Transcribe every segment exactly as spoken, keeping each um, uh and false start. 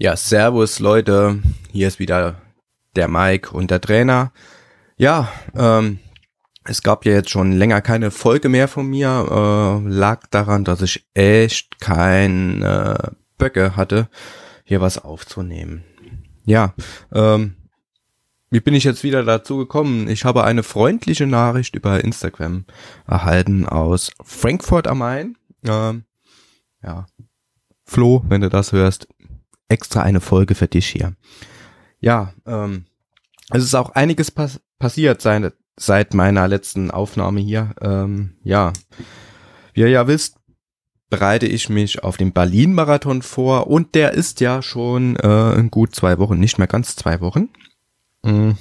Ja, servus Leute, hier ist wieder der Mike und der Trainer. Ja, ähm, es gab ja jetzt schon länger keine Folge mehr von mir, äh, lag daran, dass ich echt keine Böcke hatte, hier was aufzunehmen. Ja, ähm, wie bin ich jetzt wieder dazu gekommen? Ich habe eine freundliche Nachricht über Instagram erhalten aus Frankfurt am Main. Ähm, ja, Flo, wenn du das hörst, extra eine Folge für dich hier. Ja, ähm, es ist auch einiges pass- passiert seit, seit meiner letzten Aufnahme hier. Ähm, ja, wie ihr ja wisst, bereite ich mich auf den Berlin-Marathon vor und der ist ja schon äh, in gut zwei Wochen, nicht mehr ganz zwei Wochen. Mhm.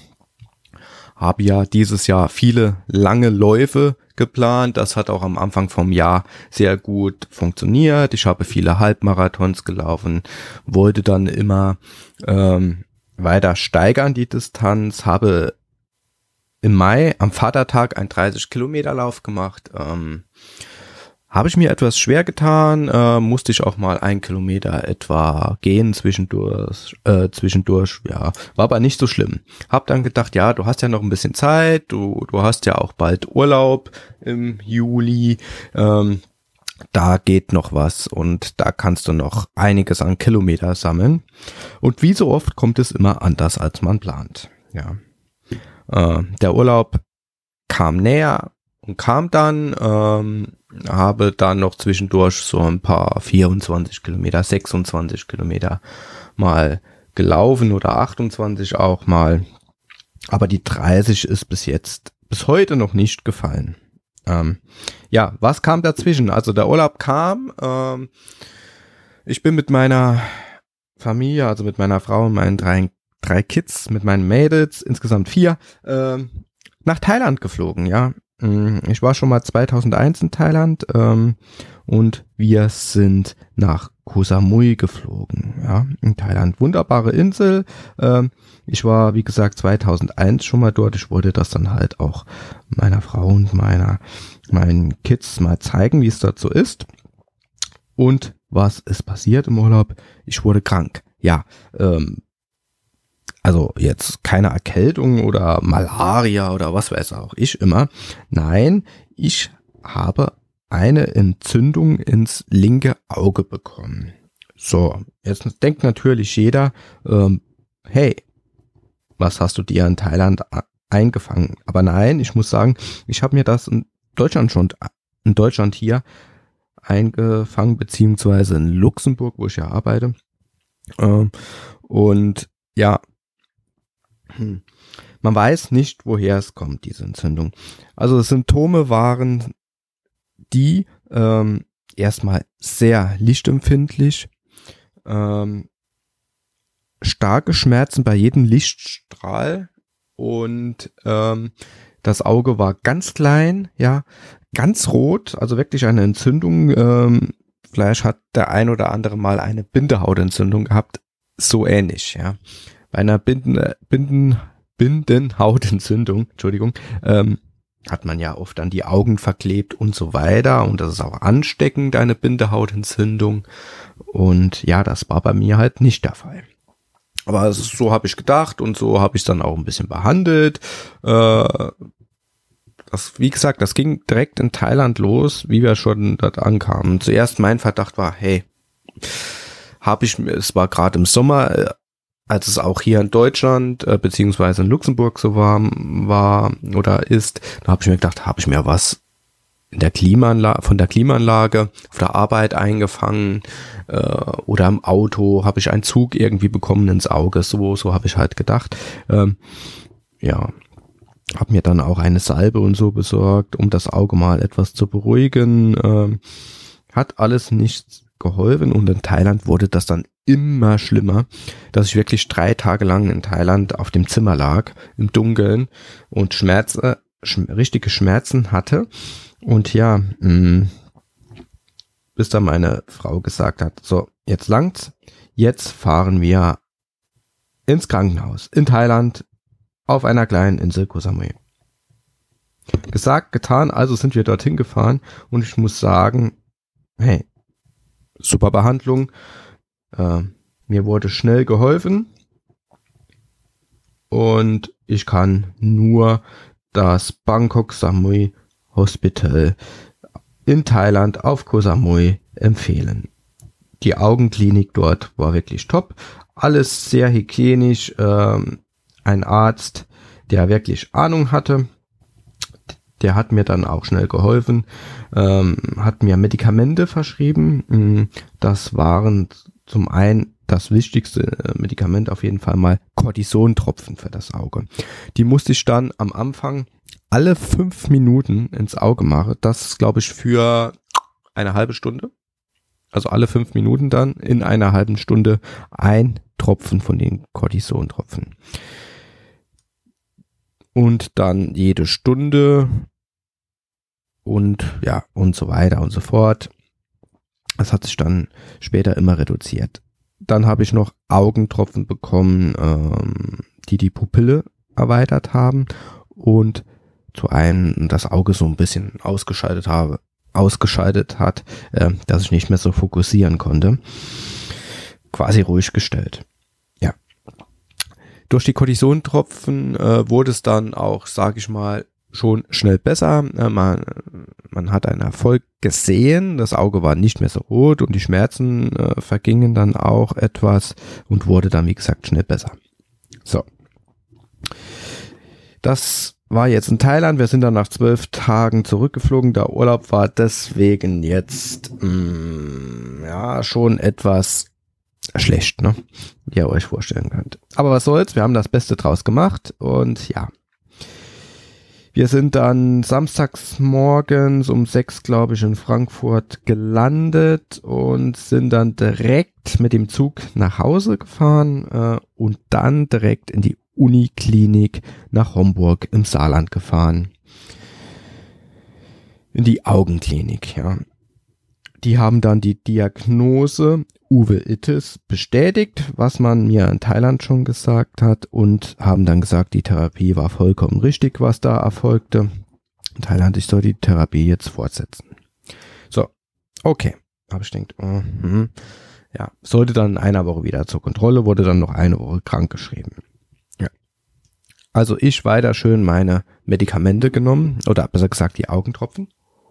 Habe ja dieses Jahr viele lange Läufe geplant. Das hat auch am Anfang vom Jahr sehr gut funktioniert. Ich habe viele Halbmarathons gelaufen, wollte dann immer ähm, weiter steigern die Distanz, habe im Mai am Vatertag einen dreißig Kilometer Lauf gemacht. Ähm, habe ich mir etwas schwer getan, äh, musste ich auch mal einen Kilometer etwa gehen zwischendurch, äh, zwischendurch, ja, war aber nicht so schlimm. Hab dann gedacht, ja, du hast ja noch ein bisschen Zeit, du, du hast ja auch bald Urlaub im Juli, ähm, da geht noch was und da kannst du noch einiges an Kilometer sammeln. Und wie so oft kommt es immer anders, als man plant, ja. Äh, der Urlaub kam näher und kam dann, ähm, habe dann noch zwischendurch so ein paar vierundzwanzig Kilometer, sechsundzwanzig Kilometer mal gelaufen oder achtundzwanzig auch mal. Aber die dreißig ist bis jetzt, bis heute noch nicht gefallen. Ähm, ja, was kam dazwischen? Also der Urlaub kam, ähm, ich bin mit meiner Familie, also mit meiner Frau und meinen drei, drei Kids, mit meinen Mädels, insgesamt vier, ähm, nach Thailand geflogen, ja. Ich war schon mal zweitausendeins in Thailand ähm, und wir sind nach Koh Samui geflogen, ja, in Thailand. Wunderbare Insel. Ähm, ich war, wie gesagt, zweitausendeins schon mal dort. Ich wollte das dann halt auch meiner Frau und meiner meinen Kids mal zeigen, wie es dort so ist. Und was ist passiert im Urlaub? Ich wurde krank. Ja, ähm, also jetzt keine Erkältung oder Malaria oder was weiß auch ich immer. Nein, ich habe eine Entzündung ins linke Auge bekommen. So, jetzt denkt natürlich jeder, ähm, hey, was hast du dir in Thailand eingefangen? Aber nein, ich muss sagen, ich habe mir das in Deutschland schon, in Deutschland hier eingefangen, beziehungsweise in Luxemburg, wo ich ja arbeite. Ähm, und ja, man weiß nicht, woher es kommt, diese Entzündung. Also Symptome waren die ähm, erstmal sehr lichtempfindlich, ähm, starke Schmerzen bei jedem Lichtstrahl und ähm, das Auge war ganz klein, ja, ganz rot, also wirklich eine Entzündung. Ähm, vielleicht hat der ein oder andere mal eine Bindehautentzündung gehabt, so ähnlich, ja. Bei einer Binden, Binden, Bindenhautentzündung, Entschuldigung, ähm, hat man ja oft dann die Augen verklebt und so weiter und das ist auch ansteckend, eine Bindehautentzündung und ja, das war bei mir halt nicht der Fall. Aber so habe ich gedacht und so habe ich es dann auch ein bisschen behandelt. Äh, das, wie gesagt, das ging direkt in Thailand los, wie wir schon dort ankamen. Zuerst mein Verdacht war, hey, habe ich, es war gerade im Sommer, äh, als es auch hier in Deutschland äh, beziehungsweise in Luxemburg so warm war oder ist, da habe ich mir gedacht, habe ich mir was in der Klimaanlage, von der Klimaanlage auf der Arbeit eingefangen äh, oder im Auto, habe ich einen Zug irgendwie bekommen ins Auge, so so habe ich halt gedacht. Ähm, ja, habe mir dann auch eine Salbe und so besorgt, um das Auge mal etwas zu beruhigen. Ähm, hat alles nichts geholfen und in Thailand wurde das dann immer schlimmer, dass ich wirklich drei Tage lang in Thailand auf dem Zimmer lag, im Dunkeln und Schmerzen, sch- richtige Schmerzen hatte. Und ja, mh, bis dann meine Frau gesagt hat, so, jetzt langt's, jetzt fahren wir ins Krankenhaus in Thailand auf einer kleinen Insel Koh Samui. Gesagt, getan, also sind wir dorthin gefahren und ich muss sagen, hey, super Behandlung, äh, mir wurde schnell geholfen und ich kann nur das Bangkok Samui Hospital in Thailand auf Koh Samui empfehlen. Die Augenklinik dort war wirklich top. Alles sehr hygienisch. Ähm, ein Arzt, der wirklich Ahnung hatte, der hat mir dann auch schnell geholfen, ähm, hat mir Medikamente verschrieben. Das waren zum einen das wichtigste Medikament auf jeden Fall mal Cortisontropfen für das Auge. Die musste ich dann am Anfang alle fünf Minuten ins Auge machen. Das ist, glaube ich, für eine halbe Stunde. Also alle fünf Minuten dann in einer halben Stunde ein Tropfen von den Cortisontropfen. Und dann jede Stunde und ja und so weiter und so fort. Das hat sich dann später immer reduziert. Dann habe ich noch Augentropfen bekommen, ähm, die die Pupille erweitert haben und zu einem das Auge so ein bisschen ausgeschaltet habe. ausgeschaltet hat, äh, dass ich nicht mehr so fokussieren konnte. Quasi ruhig gestellt. Ja. Durch die Cortisontropfen äh, wurde es dann auch, sage ich mal, schon schnell besser. Äh, man, man hat einen Erfolg gesehen. Das Auge war nicht mehr so rot und die Schmerzen äh, vergingen dann auch etwas und wurde dann, wie gesagt, schnell besser. So. Das war jetzt in Thailand. Wir sind dann nach zwölf Tagen zurückgeflogen. Der Urlaub war deswegen jetzt mh, ja schon etwas schlecht, ne? Wie ihr euch vorstellen könnt. Aber was soll's, wir haben das Beste draus gemacht und ja. Wir sind dann samstags morgens um sechs, glaube ich, in Frankfurt gelandet und sind dann direkt mit dem Zug nach Hause gefahren äh, und dann direkt in die Uniklinik nach Homburg im Saarland gefahren. In die Augenklinik, ja. Die haben dann die Diagnose Uveitis bestätigt, was man mir in Thailand schon gesagt hat und haben dann gesagt, die Therapie war vollkommen richtig, was da erfolgte. In Thailand, ich soll die Therapie jetzt fortsetzen. So, okay. Habe ich gedacht, oh, hm. ja, sollte dann in einer Woche wieder zur Kontrolle, wurde dann noch eine Woche krankgeschrieben. Also ich weiter schön meine Medikamente genommen, oder besser gesagt die Augentropfen.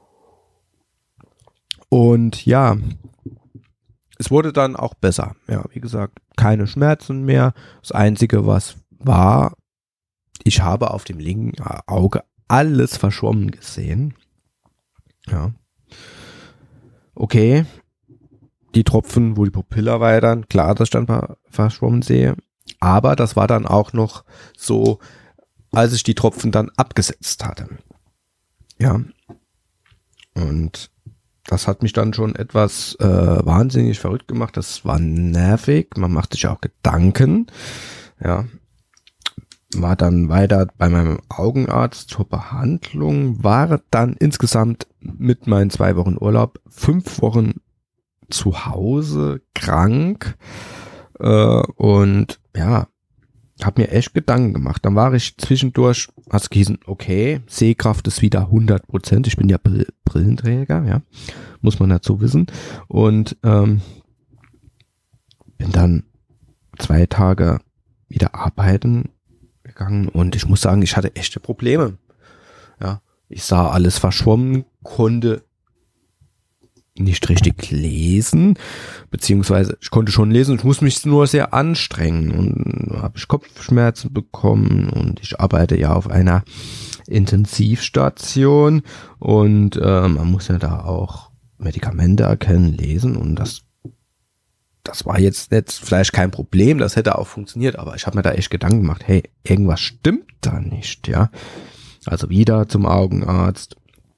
Und ja, es wurde dann auch besser. Ja, wie gesagt, keine Schmerzen mehr. Das Einzige, was war, ich habe auf dem linken Auge alles verschwommen gesehen. Ja. Okay. Die Tropfen, wo die Pupille erweitern, klar, dass ich dann verschwommen sehe. Aber das war dann auch noch so, als ich die Tropfen dann abgesetzt hatte. Ja. Und das hat mich dann schon etwas äh, wahnsinnig verrückt gemacht. Das war nervig. Man macht sich auch Gedanken. Ja. War dann weiter bei meinem Augenarzt zur Behandlung. War dann insgesamt mit meinen zwei Wochen Urlaub fünf Wochen zu Hause krank. Äh, und ja, habe mir echt Gedanken gemacht. Dann war ich zwischendurch, hat es gehießen, okay, Sehkraft ist wieder hundert Prozent. Ich bin ja Brill- Brillenträger, ja, muss man dazu wissen. Und ähm, bin dann zwei Tage wieder arbeiten gegangen und ich muss sagen, ich hatte echte Probleme. Ja, ich sah alles verschwommen, konnte nicht richtig lesen, beziehungsweise ich konnte schon lesen, ich muss mich nur sehr anstrengen und habe ich Kopfschmerzen bekommen und ich arbeite ja auf einer Intensivstation und äh, man muss ja da auch Medikamente erkennen, lesen und das das war jetzt, jetzt vielleicht kein Problem, das hätte auch funktioniert, aber ich habe mir da echt Gedanken gemacht, hey, irgendwas stimmt da nicht, ja. Also wieder zum Augenarzt.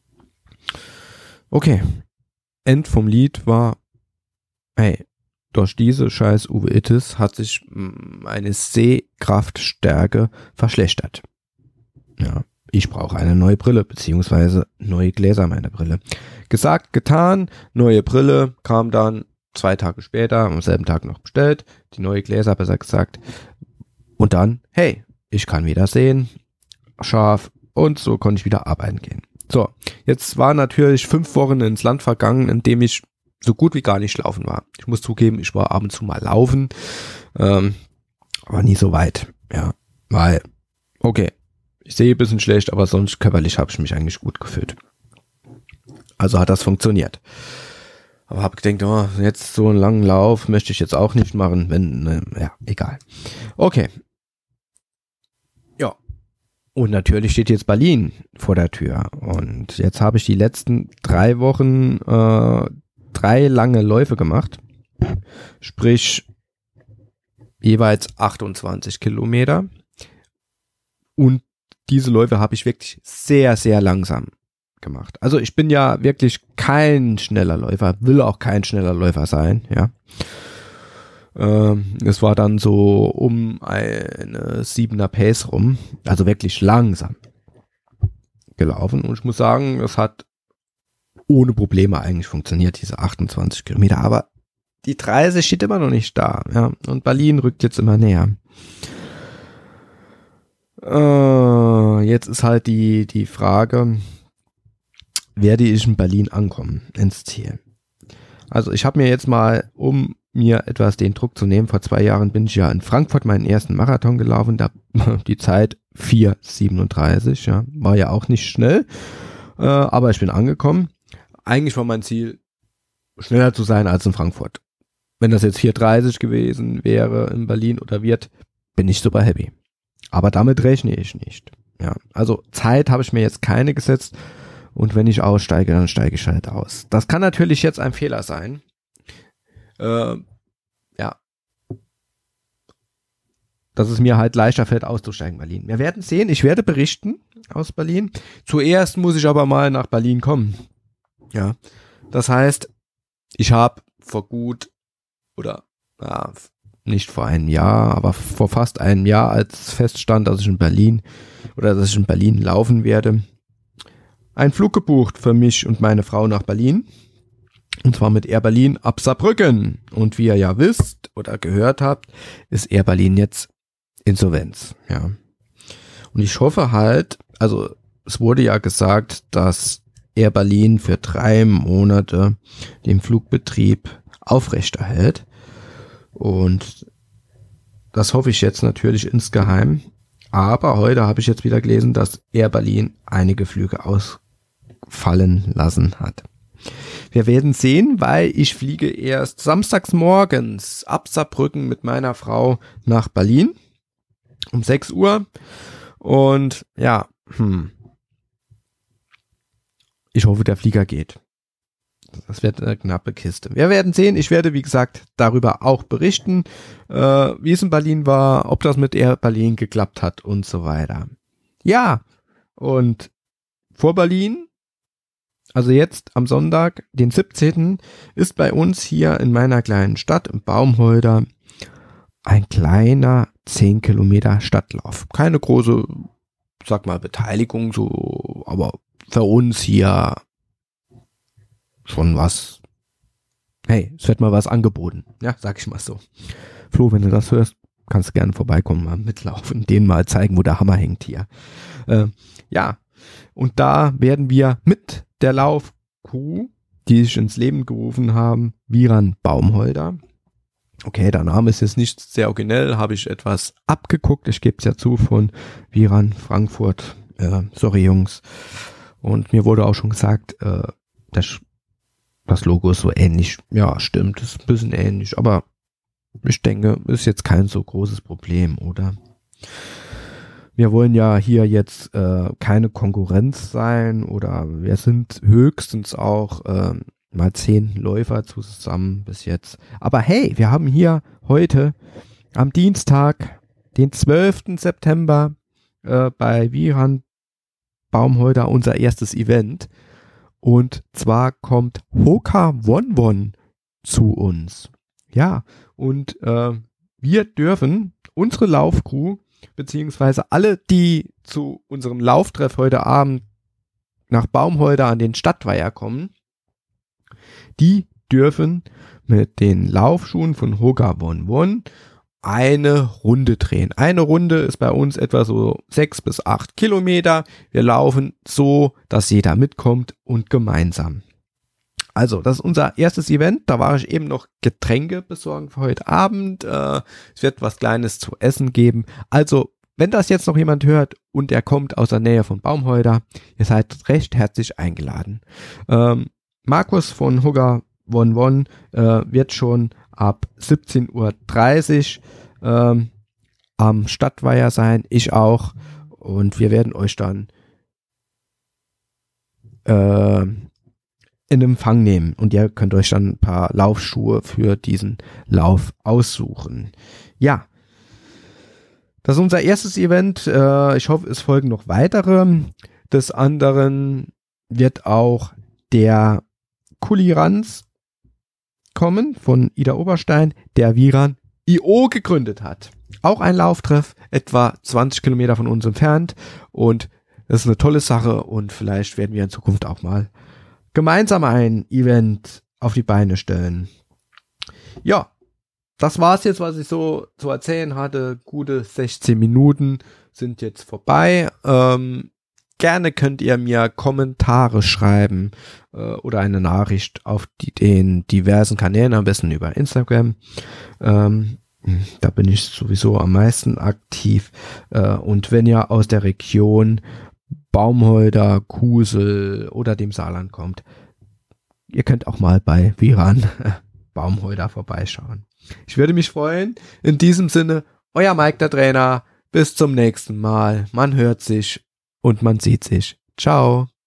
Okay. End vom Lied war, hey, durch diese scheiß Uveitis hat sich meine Sehkraftstärke verschlechtert. Ja, ich brauche eine neue Brille, beziehungsweise neue Gläser meiner Brille. Gesagt, getan, neue Brille kam dann zwei Tage später, am selben Tag noch bestellt, die neue Gläser besser gesagt. Und dann, hey, ich kann wieder sehen, scharf und so konnte ich wieder arbeiten gehen. So, jetzt war natürlich fünf Wochen ins Land vergangen, in dem ich so gut wie gar nicht laufen war. Ich muss zugeben, ich war ab und zu mal laufen, ähm, aber nie so weit, ja, weil, okay, ich sehe ein bisschen schlecht, aber sonst körperlich habe ich mich eigentlich gut gefühlt. Also hat das funktioniert. Aber habe gedacht, oh, jetzt so einen langen Lauf möchte ich jetzt auch nicht machen, wenn, ne, ja, egal. Okay. Ja. Und natürlich steht jetzt Berlin vor der Tür. Und jetzt habe ich die letzten drei Wochen äh, drei lange Läufe gemacht. Sprich, jeweils achtundzwanzig Kilometer. Und diese Läufe habe ich wirklich sehr, sehr langsam gemacht. Also ich bin ja wirklich kein schneller Läufer, will auch kein schneller Läufer sein, ja. Ähm, es war dann so um eine siebener Pace rum, also wirklich langsam gelaufen und ich muss sagen, es hat ohne Probleme eigentlich funktioniert, diese achtundzwanzig Kilometer, aber die dreißig steht immer noch nicht da, ja, und Berlin rückt jetzt immer näher. Äh, jetzt ist halt die, die Frage, werde ich in Berlin ankommen, ins Ziel. Also ich habe mir jetzt mal, um mir etwas den Druck zu nehmen, vor zwei Jahren bin ich ja in Frankfurt meinen ersten Marathon gelaufen, da die Zeit vier siebenunddreißig, ja, war ja auch nicht schnell, äh, aber ich bin angekommen. Eigentlich war mein Ziel, schneller zu sein als in Frankfurt. Wenn das jetzt vier dreißig gewesen wäre in Berlin oder wird, bin ich super happy. Aber damit rechne ich nicht. Ja, also Zeit habe ich mir jetzt keine gesetzt. Und wenn ich aussteige, dann steige ich halt aus. Das kann natürlich jetzt ein Fehler sein. Äh, ja. Dass es mir halt leichter fällt, auszusteigen in Berlin. Wir werden sehen. Ich werde berichten aus Berlin. Zuerst muss ich aber mal nach Berlin kommen. Ja. Das heißt, ich habe vor gut oder ja, nicht vor einem Jahr, aber vor fast einem Jahr, als feststand, dass ich in Berlin oder dass ich in Berlin laufen werde, einen Flug gebucht für mich und meine Frau nach Berlin. Und zwar mit Air Berlin ab Saarbrücken. Und wie ihr ja wisst oder gehört habt, ist Air Berlin jetzt Insolvenz. Ja. Und ich hoffe halt, also es wurde ja gesagt, dass Air Berlin für drei Monate den Flugbetrieb aufrechterhält. Und das hoffe ich jetzt natürlich insgeheim. Aber heute habe ich jetzt wieder gelesen, dass Air Berlin einige Flüge ausfallen lassen hat. Wir werden sehen, weil ich fliege erst samstags morgens ab Saarbrücken mit meiner Frau nach Berlin um sechs Uhr. Und ja, hm. ich hoffe, der Flieger geht. Das wird eine knappe Kiste. Wir werden sehen. Ich werde, wie gesagt, darüber auch berichten, äh, wie es in Berlin war, ob das mit Air Berlin geklappt hat und so weiter. Ja, und vor Berlin, also jetzt am Sonntag, den siebzehnten, ist bei uns hier in meiner kleinen Stadt, im Baumholder, ein kleiner zehn Kilometer Stadtlauf. Keine große, sag mal, Beteiligung, so, aber für uns hier schon was. Hey, es wird mal was angeboten. Ja, sag ich mal so. Flo, wenn du das hörst, kannst du gerne vorbeikommen, mal mitlaufen, denen mal zeigen, wo der Hammer hängt hier. Äh, ja, und da werden wir mit der Laufcrew, die sich ins Leben gerufen haben, Viran Baumholder. Okay, der Name ist jetzt nicht sehr originell, habe ich etwas abgeguckt. Ich gebe es ja zu von Viran Frankfurt. Äh, sorry, Jungs. Und mir wurde auch schon gesagt, äh, das Das Logo ist so ähnlich. Ja, stimmt, ist ein bisschen ähnlich, aber ich denke, ist jetzt kein so großes Problem, oder? Wir wollen ja hier jetzt äh, keine Konkurrenz sein oder wir sind höchstens auch äh, mal zehn Läufer zusammen bis jetzt. Aber hey, wir haben hier heute am Dienstag, den zwölften September, äh, bei Viran Baumholder unser erstes Event. Und zwar kommt Hoka One One zu uns. Ja, und äh, wir dürfen unsere Laufcrew, beziehungsweise alle, die zu unserem Lauftreff heute Abend nach Baumholder an den Stadtweiher kommen, die dürfen mit den Laufschuhen von Hoka One One eine Runde drehen. Eine Runde ist bei uns etwa so sechs bis acht Kilometer. Wir laufen so, dass jeder mitkommt und gemeinsam. Also, das ist unser erstes Event. Da war ich eben noch Getränke besorgen für heute Abend. Äh, es wird was Kleines zu essen geben. Also, wenn das jetzt noch jemand hört und er kommt aus der Nähe von Baumholder, ihr seid recht herzlich eingeladen. Ähm, Markus von Hugger One One äh, wird schon ab siebzehn Uhr dreißig ähm, am Stadtweiher sein. Ich auch. Und wir werden euch dann äh, in Empfang nehmen und ihr könnt euch dann ein paar Laufschuhe für diesen Lauf aussuchen. Ja, das ist unser erstes Event. Äh, ich hoffe, es folgen noch weitere. Des anderen wird auch der Kuliranz kommen von Ida Oberstein, der Viran I O gegründet hat. Auch ein Lauftreff, etwa zwanzig Kilometer von uns entfernt, und das ist eine tolle Sache und vielleicht werden wir in Zukunft auch mal gemeinsam ein Event auf die Beine stellen. Ja, das war's jetzt, was ich so zu erzählen hatte. Gute sechzehn Minuten sind jetzt vorbei. Ähm, gerne könnt ihr mir Kommentare schreiben äh, oder eine Nachricht auf die, den diversen Kanälen, am besten über Instagram. Ähm, da bin ich sowieso am meisten aktiv. Äh, und wenn ihr aus der Region Baumholder, Kusel oder dem Saarland kommt, ihr könnt auch mal bei Viran Baumholder vorbeischauen. Ich würde mich freuen. In diesem Sinne, euer Mike, der Trainer. Bis zum nächsten Mal. Man hört sich und man sieht sich. Ciao.